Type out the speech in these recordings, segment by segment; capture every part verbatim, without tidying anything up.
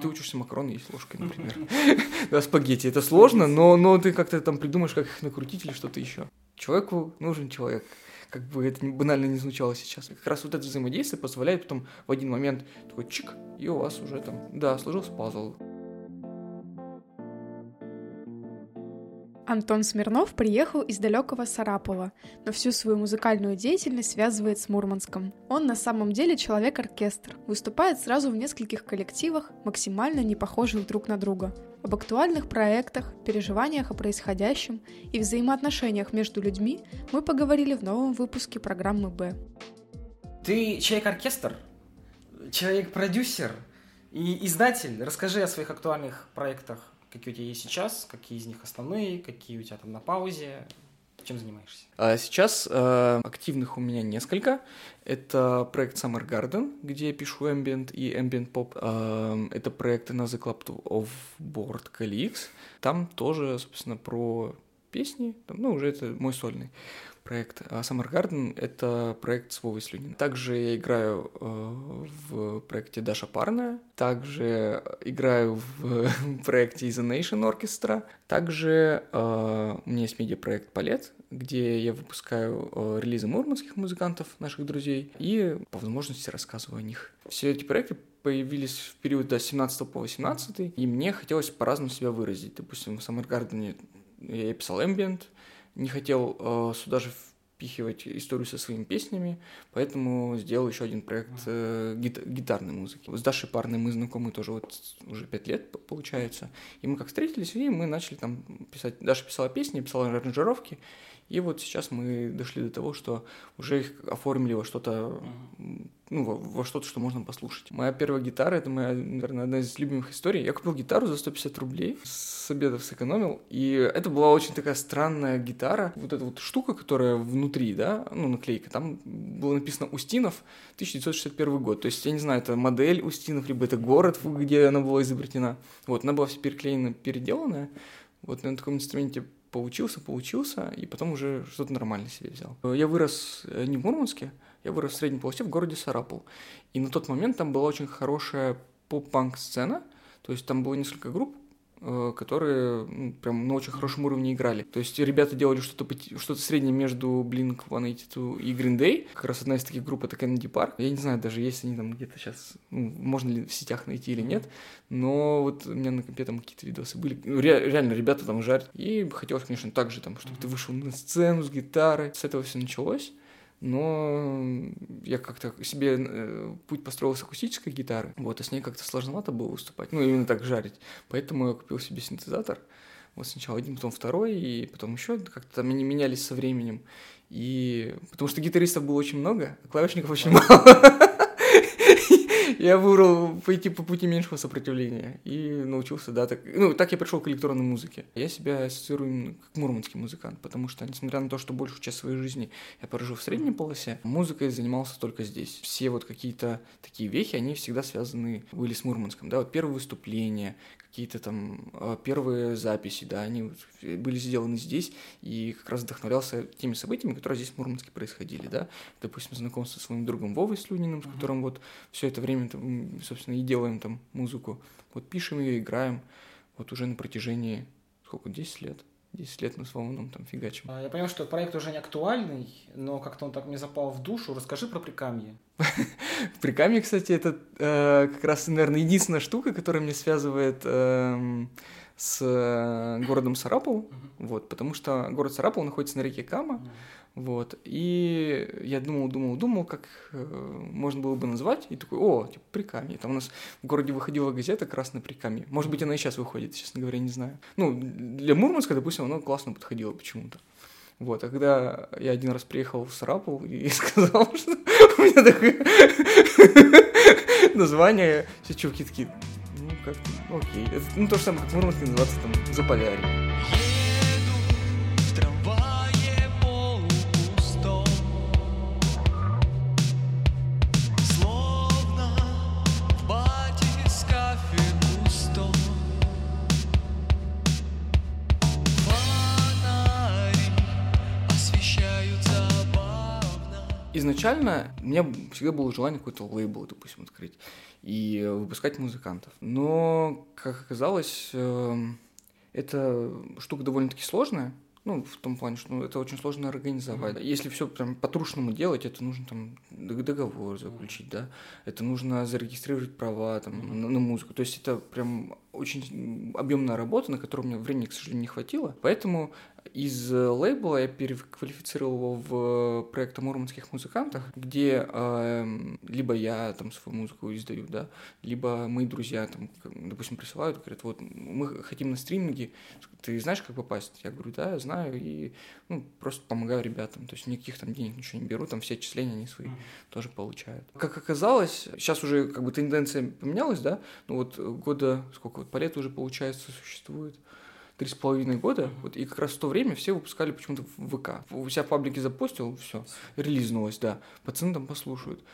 ты учишься макароны есть ложкой, например. Да, спагетти. Это сложно, но, но ты как-то там придумаешь, как их накрутить или что-то еще. Человеку нужен человек. Как бы это банально не звучало сейчас. Как раз вот это взаимодействие позволяет потом в один момент такой чик, и у вас уже там, да, сложился пазл. Антон Смирнов приехал из далекого Сарапула, но всю свою музыкальную деятельность связывает с Мурманском. Он на самом деле человек-оркестр, выступает сразу в нескольких коллективах, максимально не похожих друг на друга. Об актуальных проектах, переживаниях о происходящем и взаимоотношениях между людьми мы поговорили в новом выпуске программы «Б». Ты человек-оркестр, человек-продюсер и издатель. Расскажи о своих актуальных проектах. Какие у тебя есть сейчас, какие из них основные, какие у тебя там на паузе, чем занимаешься? А сейчас э, активных у меня несколько. Это проект Summer Garden, где я пишу ambient и ambient pop. Э, это проект Another Club of Board Colleagues. Там тоже, собственно, про песни. Там, ну, уже это мой сольный проект. А Summer Garden — это проект с Вовой Слюниным. Также я играю э, в проекте Даша Парная. Также играю в проекте The Nation Orchestra. Также э, у меня есть медиапроект «Палет», где я выпускаю э, релизы мурманских музыкантов, наших друзей, и по возможности рассказываю о них. Все эти проекты появились в период до семнадцатого по восемнадцатый, и мне хотелось по-разному себя выразить. Допустим, в Summer Garden я писал ambient, не хотел э, сюда же впихивать историю со своими песнями, поэтому сделал еще один проект э, гит- гитарной музыки. С Дашей Парной мы знакомы тоже вот уже пять лет, получается. И мы как встретились, и мы начали там писать. Даша писала песни, я писал аранжировки, и вот сейчас мы дошли до того, что уже их оформили во что-то, ну, во, во что-то, что можно послушать. Моя первая гитара — это моя, наверное, одна из любимых историй. Я купил гитару за сто пятьдесят рублей, с обедов сэкономил, и это была очень такая странная гитара. Вот эта вот штука, которая внутри, да, ну, наклейка, там было написано «Устинов, тысяча девятьсот шестьдесят первый год». То есть, я не знаю, это модель Устинов, либо это город, где она была изобретена. Вот, она была вся переклеена, переделанная. Вот на таком инструменте поучился, поучился, и потом уже что-то нормально себе взял. Я вырос не в Мурманске, я вырос в средней полосе в городе Сарапул. И на тот момент там была очень хорошая поп-панк сцена, то есть там было несколько групп, которые ну, прям на очень хорошем уровне играли. То есть ребята делали что-то, что-то среднее между блинк сто восемьдесят два и Green Day. Как раз одна из таких групп — это Kennedy Park. Я не знаю даже, есть они там где-то сейчас, ну, можно ли в сетях найти или нет, но вот у меня на компе там какие-то видосы были. Ну, ре- реально, ребята там жарят. И хотелось, конечно, так же, там, чтобы ты вышел на сцену с гитарой. С этого все началось. Но я как-то себе э, путь построил с акустической гитары, вот, а с ней как-то сложновато было выступать, ну, именно так жарить. Поэтому я купил себе синтезатор, вот сначала один, потом второй, и потом еще как-то там они менялись со временем. И потому что гитаристов было очень много, а клавишников очень мало. Я выбрал пойти по пути меньшего сопротивления и научился, да, так, ну, так я пришел к электронной музыке. Я себя ассоциирую именно как мурманский музыкант, потому что, несмотря на то, что большую часть своей жизни я прожил в средней полосе, музыкой занимался только здесь. Все вот какие-то такие вехи, они всегда связаны были с Мурманском, да, вот первые выступления, какие-то там первые записи, да, они были сделаны здесь, и как раз вдохновлялся теми событиями, которые здесь в Мурманске происходили, да, допустим, знакомство с своим другом Вовой Слюниным, с которым вот все это время, собственно, и делаем там музыку, вот пишем ее, играем, вот уже на протяжении, сколько, десять лет, десять лет мы с Вовой там фигачим. Я понимаю, что проект уже не актуальный, но как-то он так мне запал в душу. Расскажи про Прикамье. Прикамье, кстати, это э, как раз, наверное, единственная штука, которая меня связывает э, с э, городом Сарапул, uh-huh. вот, потому что город Сарапул находится на реке Кама, uh-huh. вот, и я думал, думал, думал, как э, можно было бы назвать, и такой, о, типа, Прикамье. Там у нас в городе выходила газета «Красное Прикамье». Может быть, она и сейчас выходит, честно говоря, не знаю. Ну, для Мурманска, допустим, оно классно подходило почему-то. Вот, а когда я один раз приехал в Сарапул и сказал, что у меня такое название, все чуваки такие, ну, как-то, ну, окей. Это, ну, то же самое, как в Мурманске называться там Заполярье. Из изначально у меня всегда было желание какой-то лейбл, допустим, открыть и выпускать музыкантов. Но, как оказалось, эта штука довольно-таки сложная. Ну, в том плане, что ну, это очень сложно организовать. Mm-hmm. Если все прям по-трушному делать, это нужно там договор заключить, да, это нужно зарегистрировать права там, mm-hmm. на, на музыку. То есть это прям очень объемная работа, на которую у меня времени, к сожалению, не хватило. Поэтому из лейбла я переквалифицировал его в проект о мурманских музыкантах, где э, либо я там свою музыку издаю, да, либо мои друзья там, допустим, присылают, говорят, вот мы хотим на стриминге, ты знаешь, как попасть? Я говорю, да, я знаю, и ну, просто помогаю ребятам, то есть никаких там денег ничего не беру, там все отчисления они свои mm-hmm. тоже получают. Как оказалось, сейчас уже как бы тенденция поменялась, да, ну вот года, сколько вот по лету уже получается существует, три с половиной года, mm-hmm. вот, и как раз в то время все выпускали почему-то в ВК. У себя в паблике запостил, все, релизнулось, да, пацаны там послушают.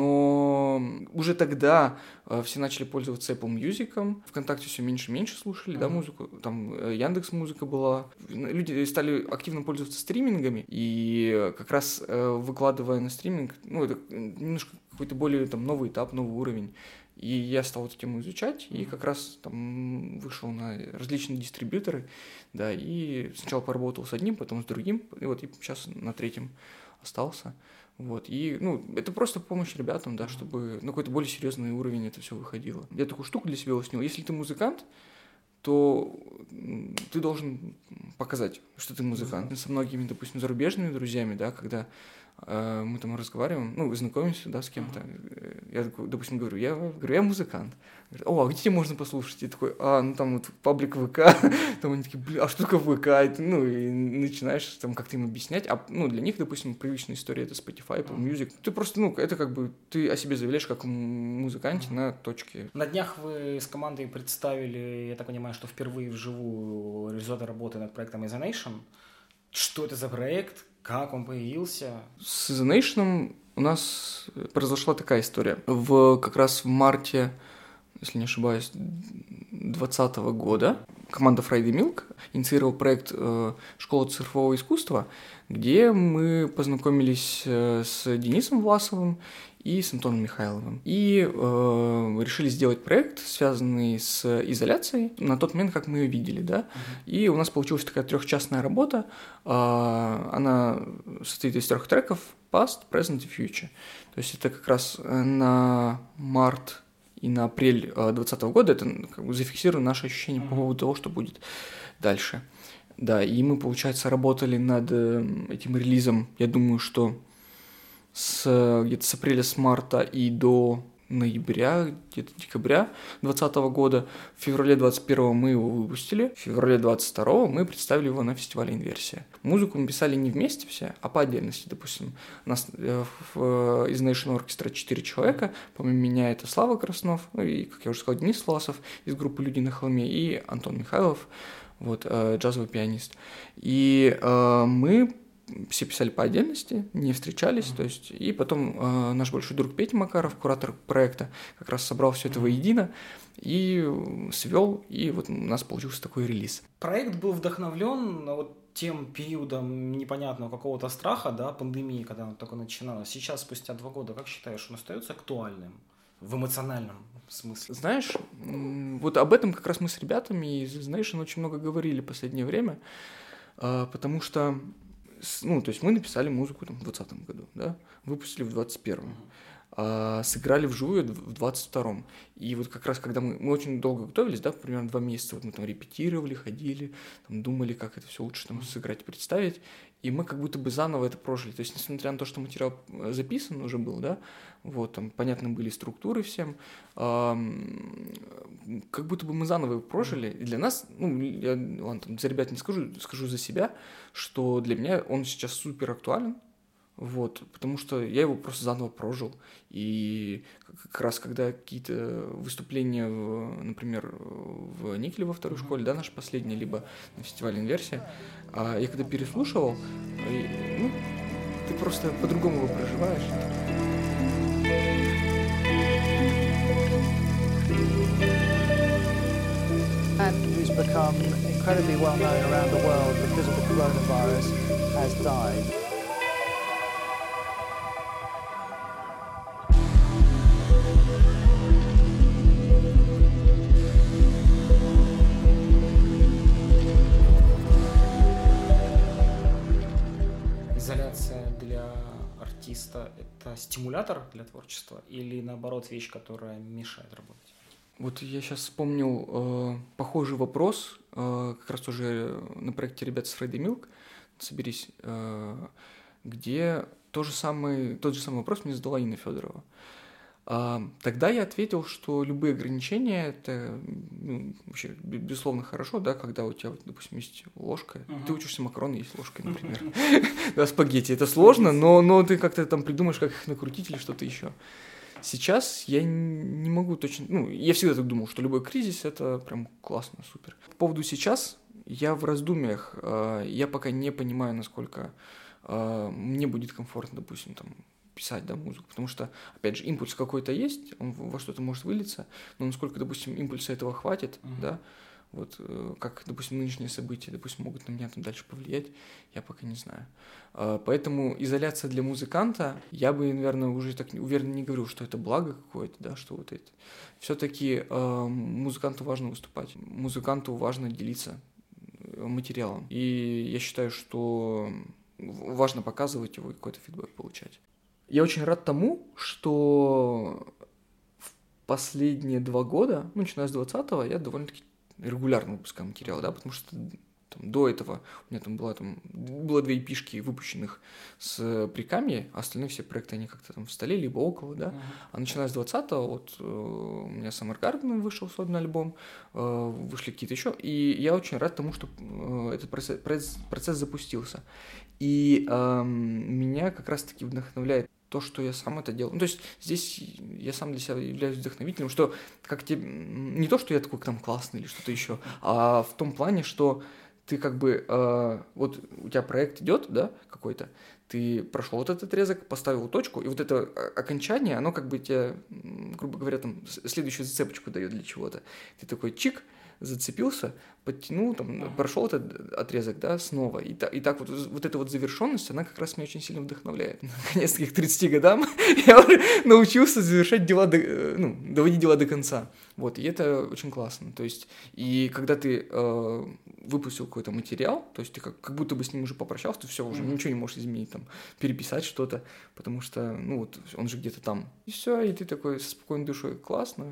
Но уже тогда э, все начали пользоваться Apple Music, ВКонтакте все меньше и меньше слушали, mm-hmm. да, музыку, там э, Яндекс.Музыка была. Люди стали активно пользоваться стримингами, и как раз э, выкладывая на стриминг, ну, это немножко какой-то более там новый этап, новый уровень. И я стал эту тему изучать, и как раз там вышел на различные дистрибьюторы, да, и сначала поработал с одним, потом с другим, и вот и сейчас на третьем остался. Вот, и, ну, это просто помощь ребятам, да, чтобы на какой-то более серьезный уровень это все выходило. Я такую штуку для себя уяснил. Если ты музыкант, то ты должен показать, что ты музыкант. Со многими, допустим, зарубежными друзьями, да, когда э, мы там разговариваем, ну, знакомимся, да, с кем-то. Я, допустим, говорю, я, говорю, я музыкант. Говорят, о, а где тебе можно послушать? Я такой, а, ну, там вот паблик ВК. Там они такие, бля, а что такое ВК? И ты, ну, и начинаешь там как-то им объяснять. А, ну, для них, допустим, привычная история — это Spotify, Apple Music. Ты просто, ну, это как бы, ты о себе заявляешь как музыканте на точке. На днях вы с командой представили, я так понимаю, что впервые вживую результаты работы над проектом Isonation. Что это за проект? Как он появился? С Isonation у нас произошла такая история. В, как раз в марте, если не ошибаюсь, двадцатого года команда Friday Milk инициировала проект э, «Школа цифрового искусства», где мы познакомились э, с Денисом Власовым и с Антоном Михайловым. И э, решили сделать проект, связанный с изоляцией, на тот момент, как мы ее видели, да. Uh-huh. И у нас получилась такая трехчастная работа. Э, она состоит из трех треков: Past, Present и Future. То есть это как раз на март и на апрель двадцатого года это как бы зафиксирует наши ощущения uh-huh. по поводу того, что будет дальше. Да, и мы, получается, работали над этим релизом, я думаю, что с, где-то с апреля, с марта и до ноября, где-то декабря двадцатого года. В феврале двадцать первого мы его выпустили, в феврале двадцать второго мы представили его на фестивале «Инверсия». Музыку мы писали не вместе все, а по отдельности. Допустим, у нас э, в Isonation Orchestra четыре человека, помимо меня это Слава Краснов, ну и, как я уже сказал, Денис Власов из группы «Люди на холме» и Антон Михайлов, вот, э, джазовый пианист. И э, мы все писали по отдельности, не встречались, mm-hmm. то есть, и потом э, наш большой друг Петя Макаров, куратор проекта, как раз собрал все это воедино и свел, и вот у нас получился такой релиз. Проект был вдохновлен вот тем периодом непонятного какого-то страха, да, пандемии, когда она только начиналась. Сейчас, спустя два года, как считаешь, он остается актуальным в эмоциональном смысле? Знаешь, вот об этом как раз мы с ребятами из Isonation очень много говорили в последнее время, потому что ну, то есть мы написали музыку там, в двадцатом году, да, выпустили в двадцать первом, а сыграли вживую в двадцать втором. И вот как раз, когда мы, мы очень долго готовились, да, примерно два месяца, вот мы там репетировали, ходили, там, думали, как это все лучше там сыграть и представить, и мы как будто бы заново это прожили. То есть, несмотря на то, что материал записан уже был, да, вот, там, понятны были структуры всем, эм, как будто бы мы заново его прожили. И для нас, ну, я ладно, там, за ребят не скажу, скажу за себя, что для меня он сейчас супер актуален, вот, потому что я его просто заново прожил. И как раз, когда какие-то выступления, в, например, в Никеле во второй школе, да, наша последняя, либо на фестивале «Инверсия», я когда переслушивал, ну, ты просто по-другому его проживаешь. Who's become incredibly well known around the world because of the coronavirus has died. творчество — это стимулятор для творчества или, наоборот, вещь, которая мешает работать? Вот я сейчас вспомнил э, похожий вопрос, э, как раз тоже на проекте ребят с Friday Milk, «Соберись», э, где то же самый, тот же самый вопрос мне задала Инна Федорова. А, тогда я ответил, что любые ограничения — это, ну, вообще, безусловно, хорошо, да, когда у тебя, допустим, есть ложка, uh-huh. ты учишься макароны есть ложкой, например. Да, спагетти, это сложно, но, но ты как-то там придумаешь, как их накрутить или что-то еще. Сейчас я не могу точно... Ну, я всегда так думал, что любой кризис — это прям классно, супер. По поводу сейчас я в раздумьях, я пока не понимаю, насколько мне будет комфортно, допустим, там, писать, да, музыку, потому что, опять же, импульс какой-то есть, он во что-то может вылиться, но насколько, допустим, импульса этого хватит, uh-huh. да, вот, э, как, допустим, нынешние события, допустим, могут на меня там дальше повлиять, я пока не знаю. Э, поэтому изоляция для музыканта, я бы, наверное, уже так уверенно не говорю, что это благо какое-то, да, что вот это. Все-таки э, музыканту важно выступать, музыканту важно делиться материалом, и я считаю, что важно показывать его и какой-то фидбэк получать. Я очень рад тому, что в последние два года, ну, начиная с двадцатого, я довольно-таки регулярно выпускаю материал, да, потому что там, до этого у меня там была там было две эпишки выпущенных с Прикамья, а остальные все проекты, они как-то там в столе, либо около, да, uh-huh. а начиная с двадцатого, вот э, у меня Summer Garden вышел сольный альбом, э, вышли какие-то еще, и я очень рад тому, что э, этот процесс, процесс, процесс запустился. И э, меня как раз-таки вдохновляет то, что я сам это делаю. Ну, то есть здесь я сам для себя являюсь вдохновителем, что как тебе... Не то, что я такой там классный или что-то еще, а в том плане, что ты как бы... Э, вот у тебя проект идет, да, какой-то, ты прошел вот этот отрезок, поставил точку, и вот это окончание, оно как бы тебе, грубо говоря, там следующую зацепочку дает для чего-то. Ты такой чик, зацепился, подтянул, там, uh-huh. прошел этот отрезок, да, снова. И, та, и так вот, вот эта вот завершенность, она как раз меня очень сильно вдохновляет. Наконец-таки к тридцати годам я уже научился завершать дела, до, ну, доводить дела до конца. Вот, и это очень классно. То есть, и когда ты э, выпустил какой-то материал, то есть ты как, как будто бы с ним уже попрощался, ты все, уже uh-huh. ничего не можешь изменить, там, переписать что-то, потому что, ну, вот, он же где-то там. И все, и ты такой со спокойной душой, классно.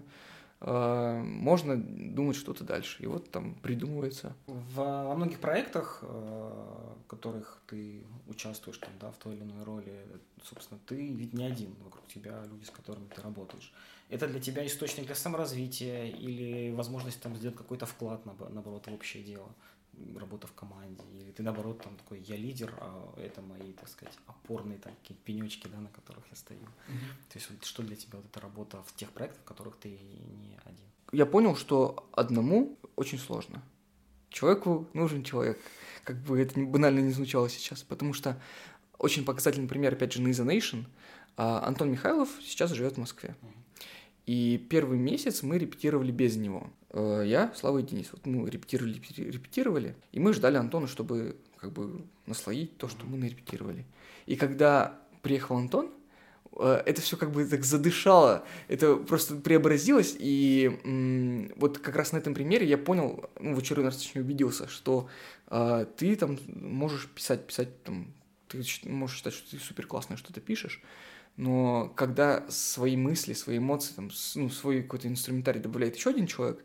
Можно думать что-то дальше. И вот там придумывается. Во многих проектах, в которых ты участвуешь там, да, в той или иной роли, собственно, ты ведь не один, вокруг тебя люди, с которыми ты работаешь. Это для тебя источник для саморазвития или возможность там сделать какой-то вклад, наоборот, в общее дело? Работа в команде, или ты, наоборот, там такой, я лидер, а это мои, так сказать, опорные такие пенечки, да, на которых я стою. Mm-hmm. То есть вот, что для тебя вот эта работа в тех проектах, в которых ты не один? Я понял, что одному очень сложно. Человеку нужен человек, как бы это банально не звучало сейчас, потому что очень показательный пример, опять же, на Is a Nation. Антон Михайлов сейчас живет в Москве. Mm-hmm. И первый месяц мы репетировали без него. Я, Слава и Денис. Вот мы репетировали, репетировали, и мы ждали Антона, чтобы как бы наслоить то, что мы нарепетировали. И когда приехал Антон, это все как бы так задышало, это просто преобразилось, и м- вот как раз на этом примере я понял, ну, в очередной раз точнее убедился, что э, ты там можешь писать, писать, там, ты можешь считать, что ты супер классно что-то пишешь, но когда свои мысли, свои эмоции, там, ну, свой какой-то инструментарий добавляет еще один человек,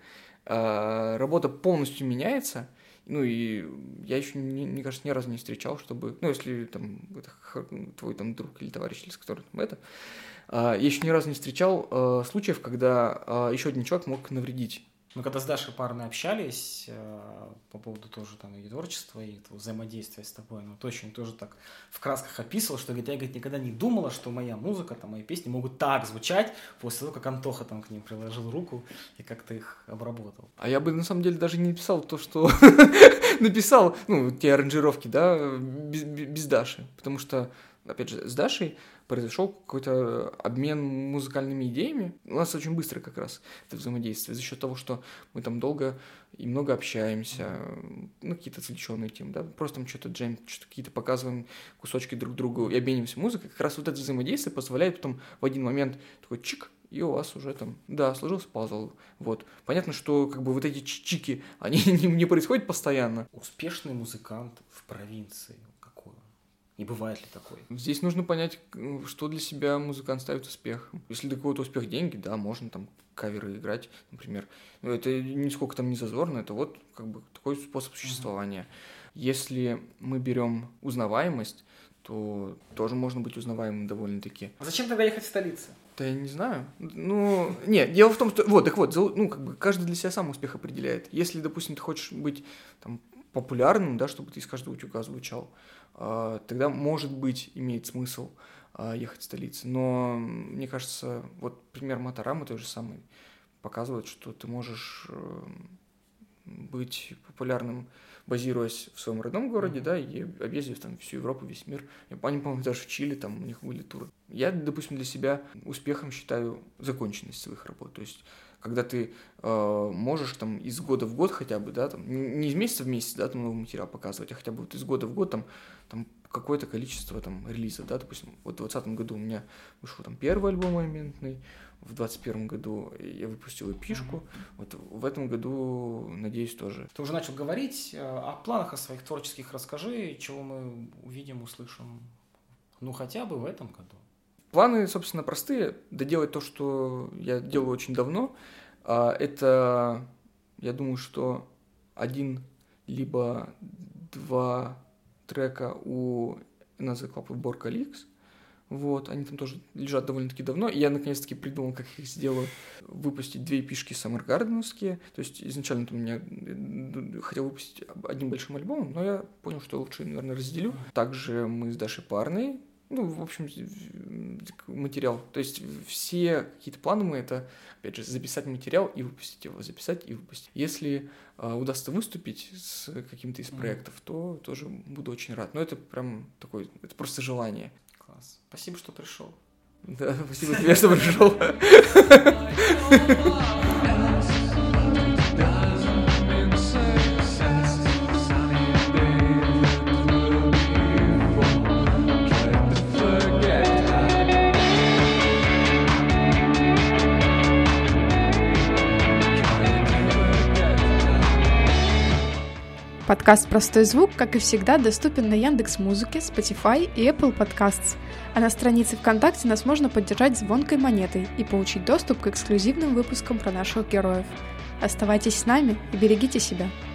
э, работа полностью меняется. Ну, и я еще, не, мне кажется, ни разу не встречал, чтобы... Ну, если там это, твой там друг или товарищ, или с которым там это... Э, я еще ни разу не встречал э, случаев, когда э, еще один человек мог навредить. Мы когда с Дашей парно общались э, по поводу тоже там ее творчества и взаимодействия с тобой, ну, точно тоже так в красках описывал, что говорит, я говорит, никогда не думала, что моя музыка, там, мои песни могут так звучать после того, как Антоха там к ним приложил руку и как-то их обработал. А я бы на самом деле даже не написал то, что написал, ну, те аранжировки, да, без, без Даши, потому что, опять же, с Дашей произошел какой-то обмен музыкальными идеями. У нас очень быстро как раз это взаимодействие, за счет того, что мы там долго и много общаемся, ну, какие-то отвлеченные темы, да, просто там что-то джем, что-то какие-то показываем кусочки друг другу и обмениваемся музыкой. Как раз вот это взаимодействие позволяет потом в один момент такой чик, и у вас уже там, да, сложился пазл. Вот. Понятно, что как бы вот эти чики, они не, не происходят постоянно. Успешный музыкант в провинции какой? И бывает ли такое? Здесь нужно понять, что для себя музыкант ставит успехом. Если для кого-то успех деньги, да, можно там каверы играть, например. Но это нисколько там не зазорно, это вот как бы такой способ существования. Mm-hmm. Если мы берем узнаваемость, то тоже можно быть узнаваемым довольно-таки. А зачем тогда ехать в столицу? Да я не знаю. Ну, нет, дело в том, что... Вот, так вот, ну, как бы каждый для себя сам успех определяет. Если, допустим, ты хочешь быть там популярным, да, чтобы ты из каждого утюга звучал, э, тогда, может быть, имеет смысл э, ехать в столицу. Но, мне кажется, вот пример Матарамы той же самый показывает, что ты можешь э, быть популярным, базируясь в своем родном городе, mm-hmm. да, и объездив там всю Европу, весь мир. Я помню, по-моему, даже в Чили там у них были туры. Я, допустим, для себя успехом считаю законченность своих работ. То есть, когда ты э, можешь там из года в год хотя бы, да, там, не из месяца в месяц, да, там новый материал показывать, а хотя бы вот из года в год там, там какое-то количество там релизов, да, допустим, вот в двадцатом году у меня вышел там первый альбом амбиентный, в двадцать первом году я выпустил эпишку, mm-hmm. вот в этом году, надеюсь, тоже. Ты уже начал говорить о планах, о своих творческих, расскажи, чего мы увидим, услышим, ну, хотя бы в этом году. Планы, собственно, простые, доделать то, что я делаю очень давно, это, я думаю, что один либо два трека у эн эй зэ Club of Board Colleagues. Вот, они там тоже лежат довольно-таки давно, и я наконец-таки придумал, как их сделаю, выпустить две эпишки Summer Garden-овские, то есть изначально у меня хотел выпустить одним большим альбомом, но я понял, что лучше, наверное, разделю. Также мы с Дашей Парной, ну, в общем, материал, то есть все какие-то планы мы это, опять же, записать материал и выпустить его, записать и выпустить. Если э, удастся выступить с каким-то из проектов, mm-hmm. то тоже буду очень рад, но это прям такое, это просто желание. Класс. Спасибо, что пришел. Да, спасибо тебе, что пришел. Подкаст «Простой звук», как и всегда, доступен на Яндекс.Музыке, Spotify и Apple Podcasts. А на странице ВКонтакте нас можно поддержать звонкой монетой и получить доступ к эксклюзивным выпускам про наших героев. Оставайтесь с нами и берегите себя.